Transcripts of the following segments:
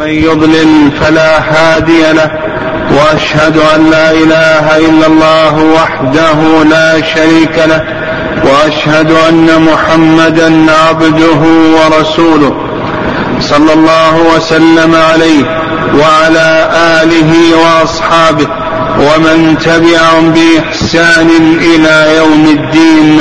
ومن يضلل فلا هادي له، وأشهد أن لا إله إلا الله وحده لا شريك له، وأشهد أن محمدا عبده ورسوله صلى الله وسلم عليه وعلى آله وأصحابه ومن تبعهم بإحسان إلى يوم الدين.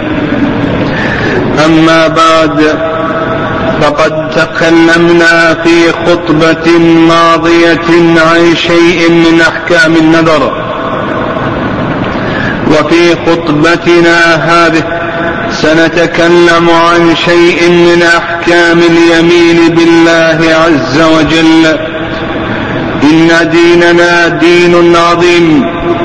أما بعد، فقد تكلمنا في خطبة ماضية عن شيء من أحكام النذر، وفي خطبتنا هذه سنتكلم عن شيء من أحكام اليمين بالله عز وجل. إن ديننا دين عظيم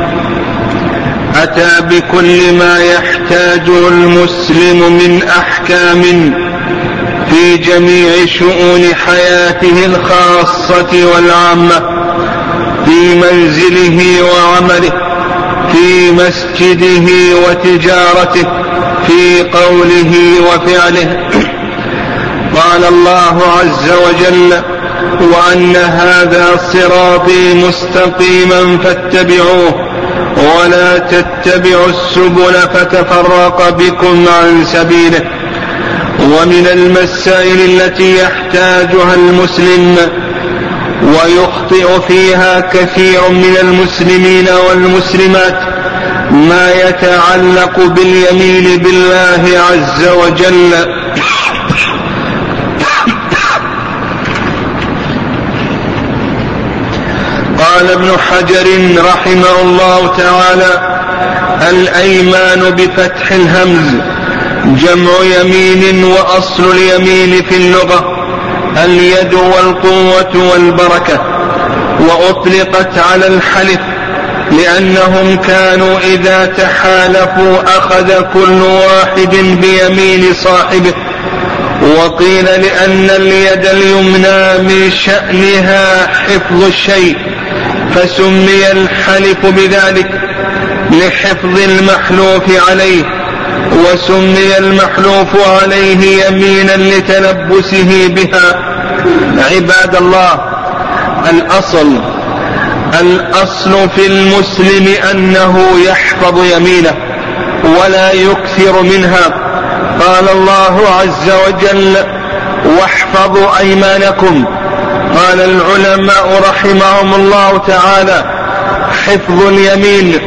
أتى بكل ما يحتاجه المسلم من أحكام في جميع شؤون حياته الخاصة والعامة، في منزله وعمله، في مسجده وتجارته، في قوله وفعله. قال الله عز وجل: وأن هذا صراطي مستقيما فاتبعوه ولا تتبعوا السبل فتفرق بكم عن سبيله. ومن المسائل التي يحتاجها المسلم ويخطئ فيها كثير من المسلمين والمسلمات ما يتعلق باليمين بالله عز وجل. قال ابن حجر رحمه الله تعالى: الأيمان بفتح الهمز جمع يمين، وأصل اليمين في اللغة اليد والقوة والبركة، وأطلقت على الحلف لأنهم كانوا إذا تحالفوا أخذ كل واحد بيمين صاحبه. وقيل لأن اليد اليمنى من شأنها حفظ الشيء فسمي الحلف بذلك لحفظ المحلوف عليه، وسمي المحلوف عليه يمينا لتلبسه بها. عباد الله، الأصل في المسلم أنه يحفظ يمينه ولا يكثر منها. قال الله عز وجل: واحفظوا أيمانكم. قال العلماء رحمهم الله تعالى: حفظ اليمين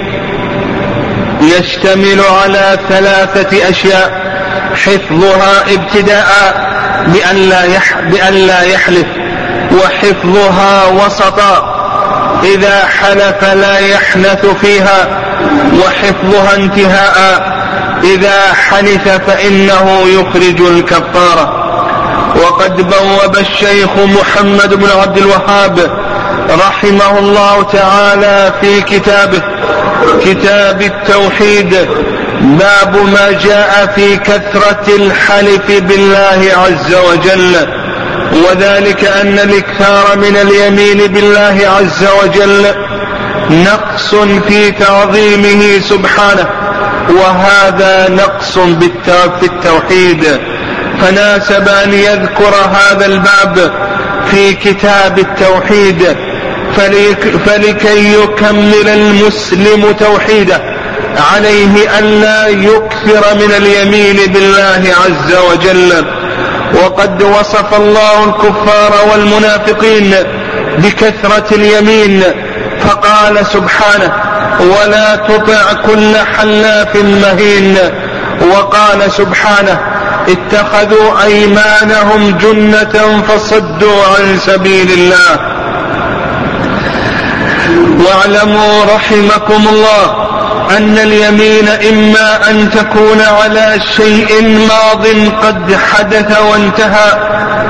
يشتمل على 3 أشياء: حفظها ابتداء بأن لا يحلف، وحفظها وسطا إذا حلف لا يحنث فيها، وحفظها انتهاء إذا حلف فإنه يخرج الكفارة. وقد بوب الشيخ محمد بن عبد الوهاب رحمه الله تعالى في كتاب التوحيد باب ما جاء في كثرة الحلف بالله عز وجل، وذلك أن الإكثار من اليمين بالله عز وجل نقص في تعظيمه سبحانه، وهذا نقص في التوحيد، فناسب أن يذكر هذا الباب في كتاب التوحيد فلكي يكمل المسلم توحيده عليه ألا يكثر من اليمين بالله عز وجل. وقد وصف الله الكفار والمنافقين بكثرة اليمين، فقال سبحانه: ولا تطع كل حلاف مهين. وقال سبحانه: اتخذوا أيمانهم جنة فصدوا عن سبيل الله. واعلموا رحمكم الله أن اليمين إما أن تكون على شيء ماض قد حدث وانتهى،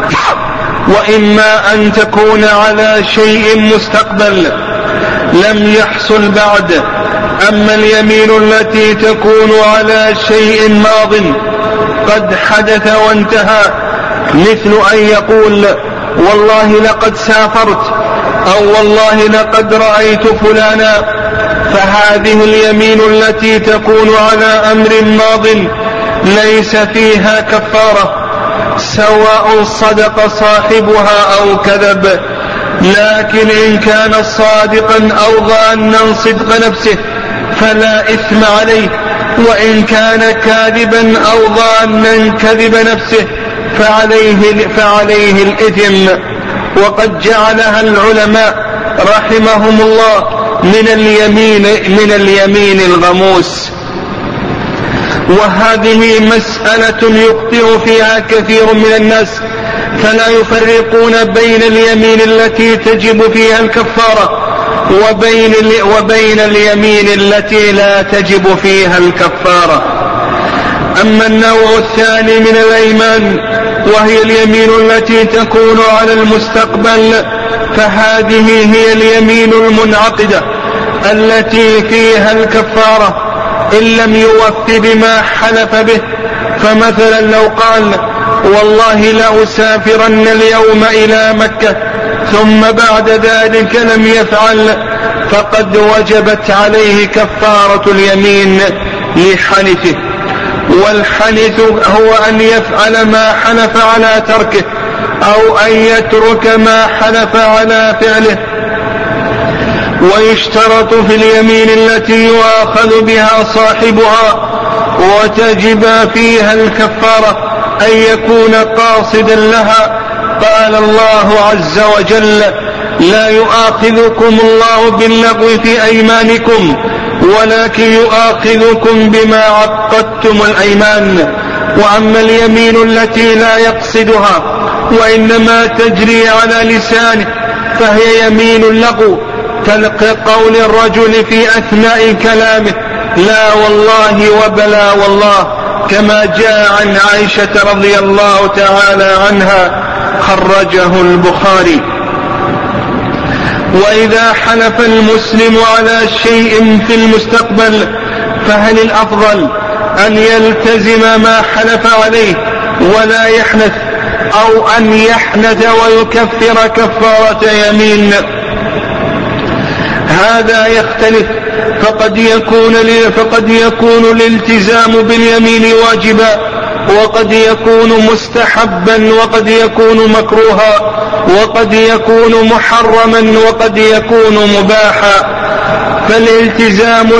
وإما أن تكون على شيء مستقبل لم يحصل بعد. أما اليمين التي تكون على شيء ماض قد حدث وانتهى، مثل أن يقول: والله لقد سافرت، أو والله لقد رأيت فلانا، فهذه اليمين التي تكون على أمر ماض ليس فيها كفارة. سواء صدق صاحبها أو كذب، لكن إن كان صادقا أو ظانا صدق نفسه فلا إثم عليه، وإن كان كاذبا أو ظانا كذب نفسه فعليه الإثم. وقد جعلها العلماء رحمهم الله من اليمين الغموس، وهذه مسألة يخطئ فيها كثير من الناس، فلا يفرقون بين اليمين التي تجب فيها الكفارة وبين اليمين التي لا تجب فيها الكفارة. أما النوع الثاني من الأيمان وهي اليمين التي تكون على المستقبل، فهذه هي اليمين المنعقدة التي فيها الكفارة إن لم يوف بما حلف به. فمثلا لو قال والله لأسافرن اليوم إلى مكة ثم بعد ذلك لم يفعل، فقد وجبت عليه كفارة اليمين لحنثه. والحنث هو أن يفعل ما حلف على تركه أو أن يترك ما حلف على فعله. ويشترط في اليمين التي يؤاخذ بها صاحبها وتجب فيها الكفارة أن يكون قاصدا لها. قال الله عز وجل: لا يؤاخذكم الله باللغو في أيمانكم ولكن يؤاخذكم بما عقدتم الأيمان. وأما اليمين التي لا يقصدها وإنما تجري على لسانه فهي يمين اللغو، كقول الرجل في أثناء كلامه: لا والله وبلا والله، كما جاء عن عائشة رضي الله تعالى عنها، خرجه البخاري. وإذا حلف المسلم على شيء في المستقبل فهل الأفضل أن يلتزم ما حلف عليه ولا يحنث، أو أن يحنث ويكفر كفارة يمين؟ هذا يختلف، فقد يكون الالتزام باليمين واجبا، وقد يكون مستحبا، وقد يكون مكروها، وقد يكون محرما، وقد يكون مباحا. فالالتزام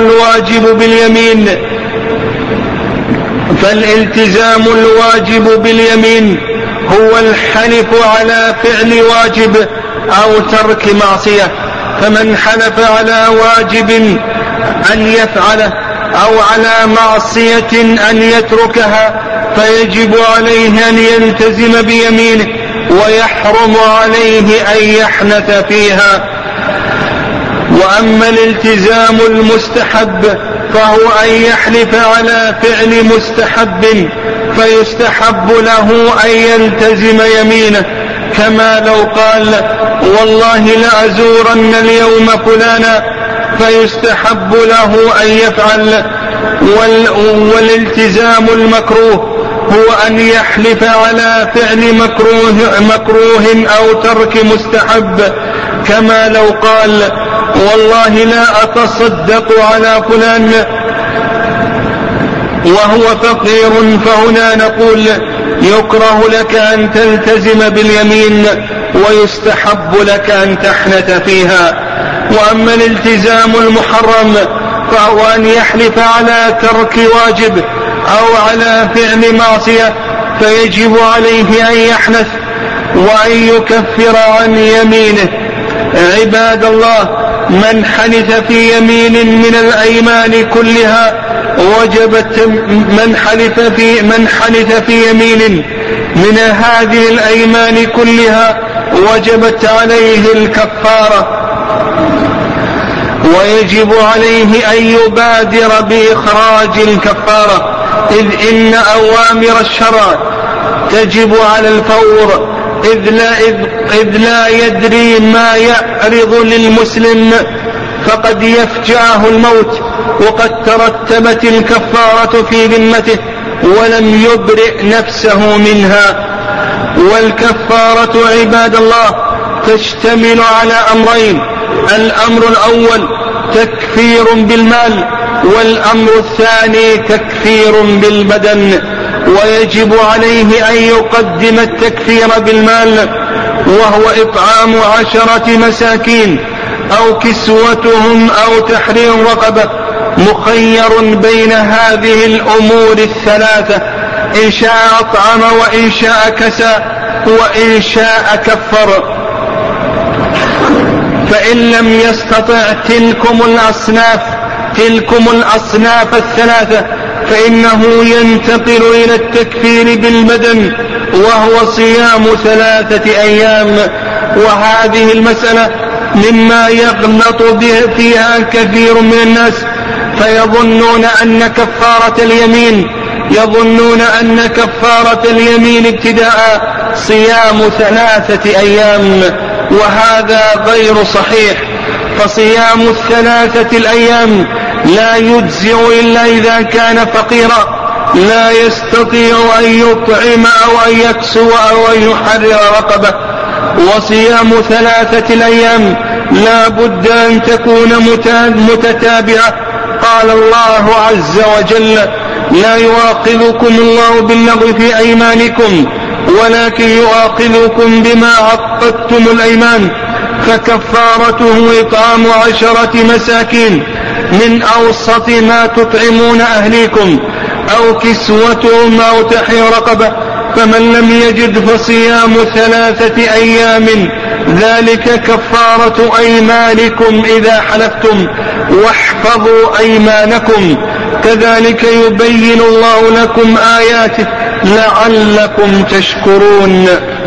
الواجب باليمين هو الحلف على فعل واجب أو ترك معصية. فمن حلف على واجب أن يفعله أو على معصية أن يتركها فيجب عليه أن يلتزم بيمينه، ويحرم عليه أن يحنث فيها. وأما الالتزام المستحب فهو أن يحلف على فعل مستحب، فيستحب له أن يلتزم يمينه، كما لو قال والله لأزورن اليوم فلانا، فيستحب له أن يفعل. والالتزام المكروه هو أن يحلف على فعل مكروه أو ترك مستحب، كما لو قال والله لا أتصدق على فلان وهو فقير، فهنا نقول يكره لك أن تلتزم باليمين ويستحب لك أن تحنث فيها. وأما الالتزام المحرم فهو أن يحلف على ترك واجب أو على فعل معصية، فيجب عليه أن يحنث وأن يكفر عن يمينه. عباد الله، من حنث في يمين من الأيمان كلها وجبت من حنث في يمين من هذه الأيمان كلها وجبت عليه الكفارة، ويجب عليه أن يبادر بإخراج الكفارة، إذ إن أوامر الشرع تجب على الفور، إذ لا يدري ما يعرض للمسلم فقد يفجعه الموت، وقد ترتبت الكفارة في ذمته ولم يبرئ نفسه منها. والكفارة عباد الله تشتمل على أمرين: الأمر الأول تكفير بالمال، والأمر الثاني تكفير بالبدن. ويجب عليه أن يقدم التكفير بالمال، وهو إطعام 10 مساكين أو كسوتهم أو تحرير رقبة، مخير بين هذه الأمور الثلاثة، إن شاء أطعم وإن شاء كسى وإن شاء كفر. فإن لم يستطع تلكم الأصناف الثلاثة فإنه ينتقل إلى التكفير بالبدن، وهو صيام 3 أيام. وهذه المسألة مما يغلط فيها كثير من الناس، فيظنون أن كفارة اليمين ابتداء صيام 3 أيام، وهذا غير صحيح. فصيام 3 أيام لا يجزئ إلا إذا كان فقيرا لا يستطيع أن يطعم أو أن يكسو أو أن يحرر رقبة. وصيام 3 أيام لا بد أن تكون متتابعة. قال الله عز وجل: لا يؤاخذكم الله باللغو في أيمانكم ولكن يؤاخذكم بما عقدتم الأيمان، فكفارته إطعام 10 مساكين من أوسط ما تطعمون أهليكم أو كسوتهم أو تحرير رقبة، فمن لم يجد فصيام 3 أيام، ذلك كفارة أيمانكم إذا حلفتم، واحفظوا أيمانكم، كذلك يبين الله لكم آياته لعلكم تشكرون.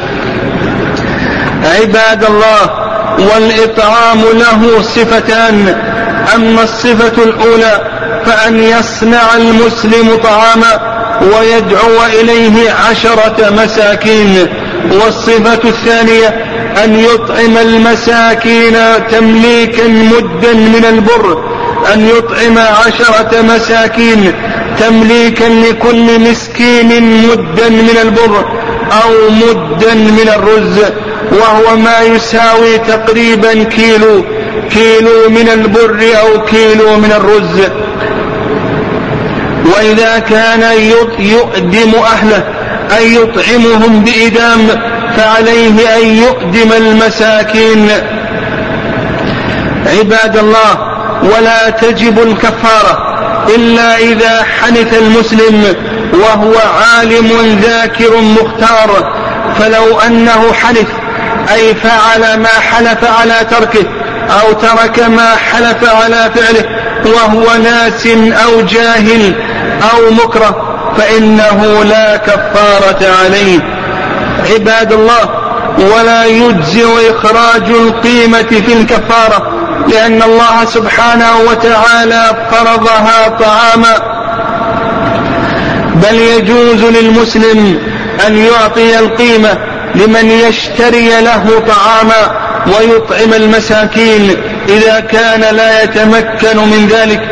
عباد الله، والإطعام له صفتان: أما الصفة الأولى فأن يصنع المسلم طعاما ويدعو إليه 10 مساكين، والصفة الثانية أن يطعم المساكين تمليكا مدا من البر، أن يطعم 10 مساكين تمليكا لكل مسكين مدا من البر أو مدا من الرز، وهو ما يساوي تقريبا كيلو من البر أو كيلو من الرز. وإذا كان يؤدم أهله أن يطعمهم بإدام فعليه أن يؤدم المساكين. عباد الله، ولا تجب الكفارة إلا إذا حنث المسلم وهو عالم ذاكر مختار، فلو أنه حنث أي فعل ما حلف على تركه أو ترك ما حلف على فعله وهو ناس أو جاهل أو مكره فإنه لا كفارة عليه. عباد الله، ولا يجزئ إخراج القيمة في الكفارة، لأن الله سبحانه وتعالى فرضها طعاما، بل يجوز للمسلم أن يعطي القيمة لمن يشتري له طعاما ويطعم المساكين إذا كان لا يتمكن من ذلك،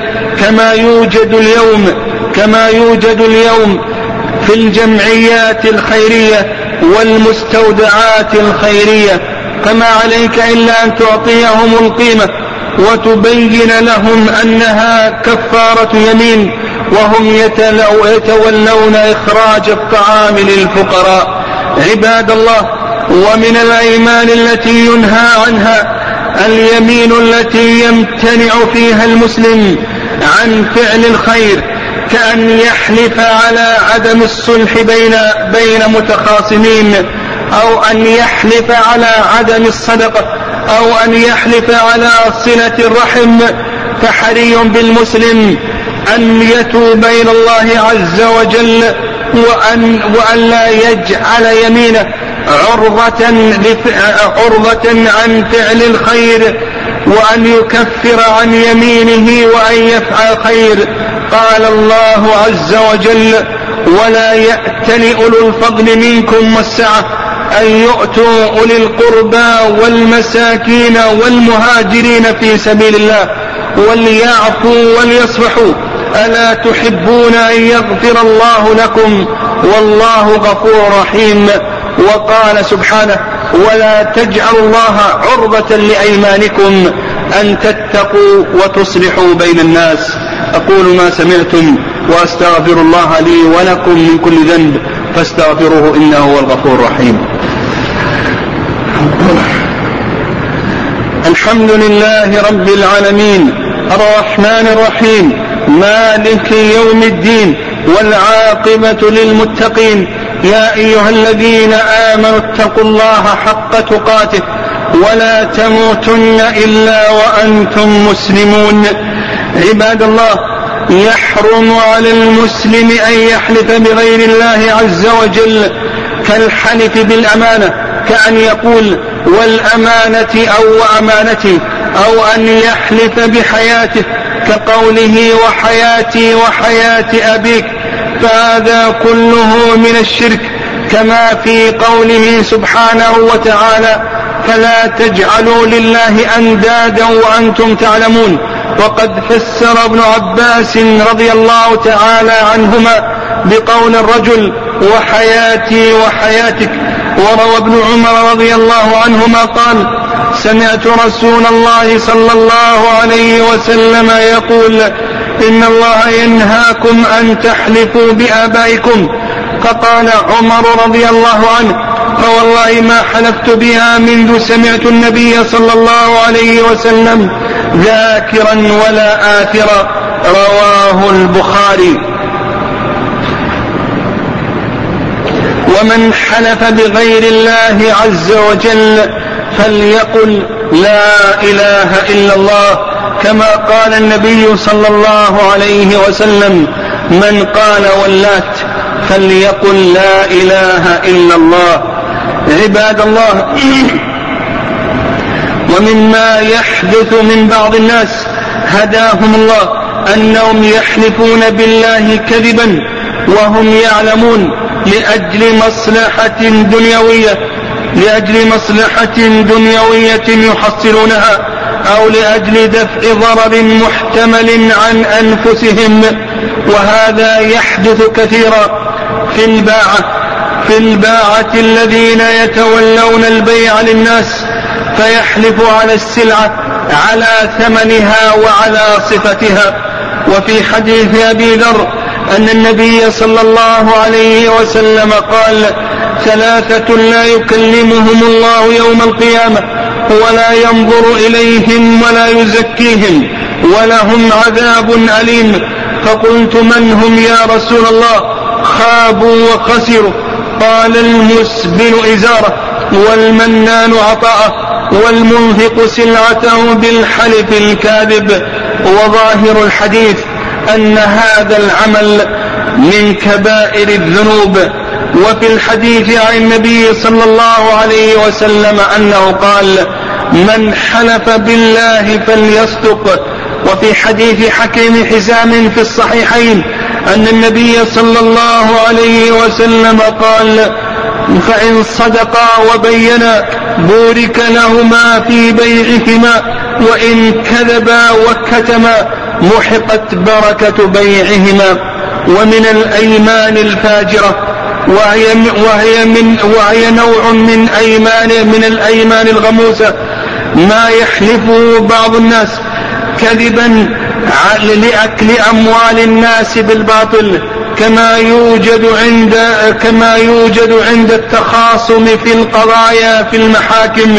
كما يوجد اليوم في الجمعيات الخيرية والمستودعات الخيرية. فما عليك إلا أن تعطيهم القيمة وتبين لهم أنها كفارة يمين، وهم يتولون إخراج الطعام للفقراء. عباد الله، ومن الأيمان التي ينهى عنها اليمين التي يمتنع فيها المسلم عن فعل الخير، كأن يحلف على عدم الصلح بين متخاصمين، أو أن يحلف على عدم الصدقة، أو أن يحلف على صلة الرحم. فحري بالمسلم أن يتوب إلى الله عز وجل وأن لا يجعل يمينه عرضة عن فعل الخير، وأن يكفر عن يمينه وأن يفعل خير. قال الله عز وجل: ولا يأتل أولو الفضل منكم والسعة أن يؤتوا أولي القربى والمساكين والمهاجرين في سبيل الله وليعفوا وليصفحوا، ألا تحبون أن يغفر الله لكم والله غفور رحيم. وقال سبحانه: ولا تجعلوا الله عرضة لأيمانكم أن تتقوا وتصلحوا بين الناس. أقول ما سمعتم وأستغفر الله لي ولكم من كل ذنب فاستغفروه إنه هو الغفور الرحيم. الحمد لله رب العالمين الرحمن الرحيم مالك يوم الدين والعاقبة للمتقين. يا أيها الذين آمنوا اتقوا الله حق تقاته ولا تموتن إلا وأنتم مسلمون. عباد الله، يحرم على المسلم أن يحلف بغير الله عز وجل كالحلف بالأمانة، كأن يقول والأمانة أو أمانتي، أو أن يحلف بحياته كقوله وحياتي وحياة أبيك، فهذا كله من الشرك، كما في قوله سبحانه وتعالى فلا تجعلوا لله أندادا وأنتم تعلمون. وقد فسر ابن عباس رضي الله تعالى عنهما بقول الرجل وحياتي وحياتك. وروى ابن عمر رضي الله عنهما قال سمعت رسول الله صلى الله عليه وسلم يقول إن الله ينهاكم أن تحلفوا بآبائكم. فقال عمر رضي الله عنه فوالله ما حلفت بها منذ سمعت النبي صلى الله عليه وسلم ذاكرا ولا آثرا. رواه البخاري. ومن حلف بغير الله عز وجل فليقل لا إله إلا الله، كما قال النبي صلى الله عليه وسلم من قال واللات فليقل لا إله إلا الله. عباد الله، ومما يحدث من بعض الناس هداهم الله أنهم يحلفون بالله كذبا وهم يعلمون لأجل مصلحة دنيوية يحصلونها، أو لأجل دفع ضرر محتمل عن أنفسهم. وهذا يحدث كثيرا في الباعة الذين يتولون البيع للناس، فيحلف على السلعة على ثمنها وعلى صفتها. وفي حديث أبي ذر أن النبي صلى الله عليه وسلم قال ثلاثة لا يكلمهم الله يوم القيامة ولا ينظر إليهم ولا يزكيهم ولهم عذاب أليم. فقلت من هم يا رسول الله؟ خابوا وخسروا. قال المسبل إزاره والمنان عطاءه والمنفق سلعته بالحلف الكاذب. وظاهر الحديث أن هذا العمل من كبائر الذنوب. وفي الحديث عن النبي صلى الله عليه وسلم أنه قال من حلف بالله فليصدق. وفي حديث حكيم حزام في الصحيحين أن النبي صلى الله عليه وسلم قال فإن صدقا وبينا بورك لهما في بيعهما وإن كذبا وكتما محقت بركة بيعهما. ومن الأيمان الفاجرة وهي نوع من الأيمان الغموسة ما يحلفه بعض الناس كذبا لأكل أموال الناس بالباطل، كما يوجد عند التخاصم في القضايا في المحاكم،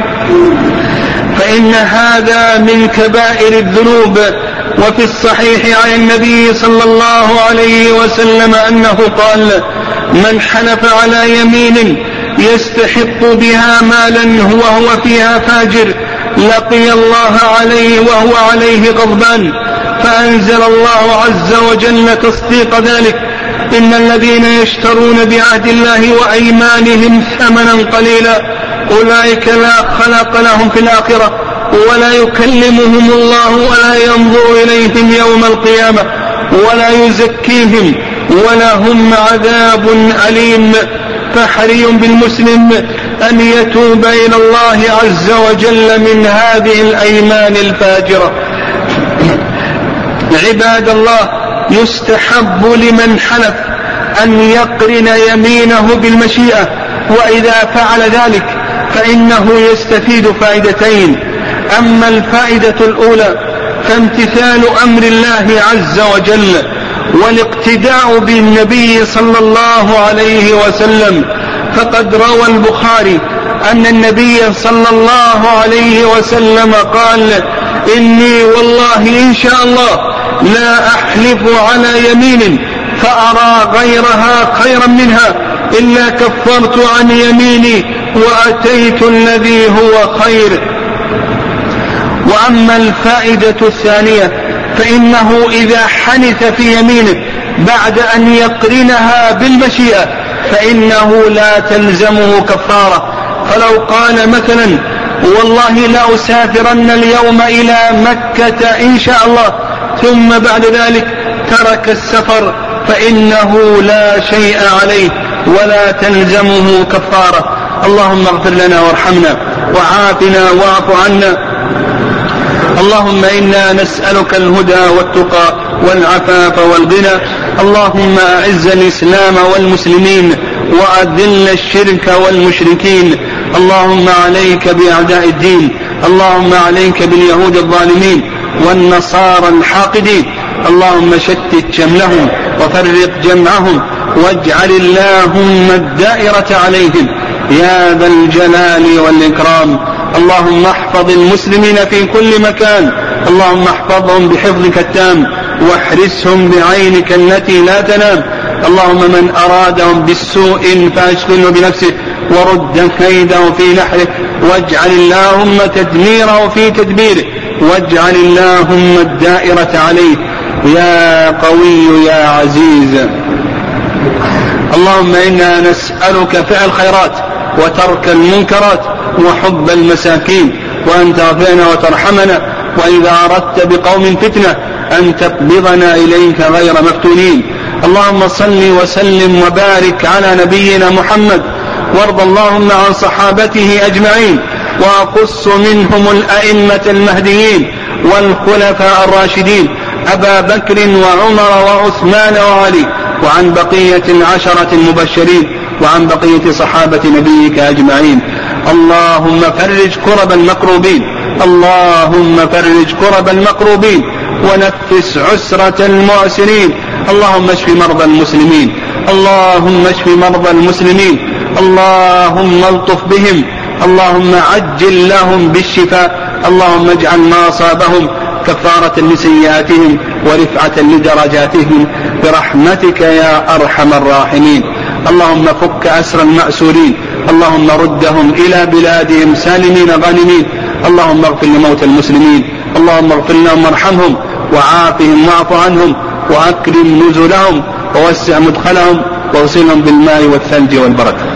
فإن هذا من كبائر الذنوب. وفي الصحيح عن النبي صلى الله عليه وسلم أنه قال من حلف على يمين يستحق بها مالا وهو فيها فاجر لقي الله عليه وهو عليه غضبان. فأنزل الله عز وجل تصديق ذلك إن الذين يشترون بعهد الله وأيمانهم ثمنا قليلا أولئك لا خلق لهم في الآخرة ولا يكلمهم الله ولا ينظر إليهم يوم القيامة ولا يزكيهم ولهم عذاب أليم. فحري بالمسلم أن يتوب إلى الله عز وجل من هذه الأيمان الفاجرة. عباد الله، يستحب لمن حلف أن يقرن يمينه بالمشيئة، وإذا فعل ذلك فإنه يستفيد فائدتين. أما الفائدة الأولى فامتثال أمر الله عز وجل، والاقتداء بالنبي صلى الله عليه وسلم. فقد روى البخاري أن النبي صلى الله عليه وسلم قال: إني والله إن شاء الله لا أحلف على يمين فأرى غيرها خيرا منها إلا كفرت عن يميني وأتيت الذي هو خير. وأما الفائدة الثانية فإنه إذا حنث في يمينه بعد أن يقرنها بالمشيئة فإنه لا تلزمه كفارة. فلو قال مثلا: والله لا أسافرن اليوم إلى مكة إن شاء الله، ثم بعد ذلك ترك السفر، فإنه لا شيء عليه ولا تلزمه كفارة. اللهم اغفر لنا وارحمنا وعافنا واعف عنا. اللهم إنا نسألك الهدى والتقى والعفاف والغنى. اللهم أعز الإسلام والمسلمين وأذل الشرك والمشركين. اللهم عليك بأعداء الدين، اللهم عليك باليهود الظالمين والنصارى الحاقدين. اللهم شتت شملهم وفرق جمعهم واجعل اللهم الدائرة عليهم يا ذا الجلال والإكرام. اللهم احفظ المسلمين في كل مكان، اللهم احفظهم بحفظك التام واحرسهم بعينك التي لا تنام. اللهم من أرادهم بالسوء فأشغله بنفسه ورد كيده في نحره، واجعل اللهم تدميره في تدبيره، واجعل اللهم الدائرة عليه يا قوي يا عزيز. اللهم إنا نسألك فعل الخيرات وترك المنكرات وحب المساكين، وأن تغفرنا وترحمنا، وإذا أردت بقوم فتنة أن تقبضنا إليك غير مفتونين. اللهم صل وسلم وبارك على نبينا محمد، وارض اللهم عن صحابته أجمعين، وأقص منهم الأئمة المهديين والخلفاء الراشدين أبا بكر وعمر وعثمان وعلي، وعن بقية العشرة المبشرين، وعن بقية صحابة نبيك أجمعين. اللهم فرج كرب المكروبين، اللهم فرج كرب المكروبين ونفس عسرة المعسرين. اللهم اشف مرضى المسلمين، اللهم اشف مرضى المسلمين، اللهم الطف بهم، اللهم عجل لهم بالشفاء. اللهم اجعل ما أصابهم كفارة لسيئاتهم ورفعة لدرجاتهم برحمتك يا أرحم الراحمين. اللهم فك أسر المأسورين، اللهم ردهم إلى بلادهم سالمين غانمين. اللهم اغفر لموتى المسلمين، اللهم اغفر لهم وارحمهم وعافهم واعف عنهم وأكرم نزلهم ووسع مدخلهم واغسلهم بالماء والثلج والبرد.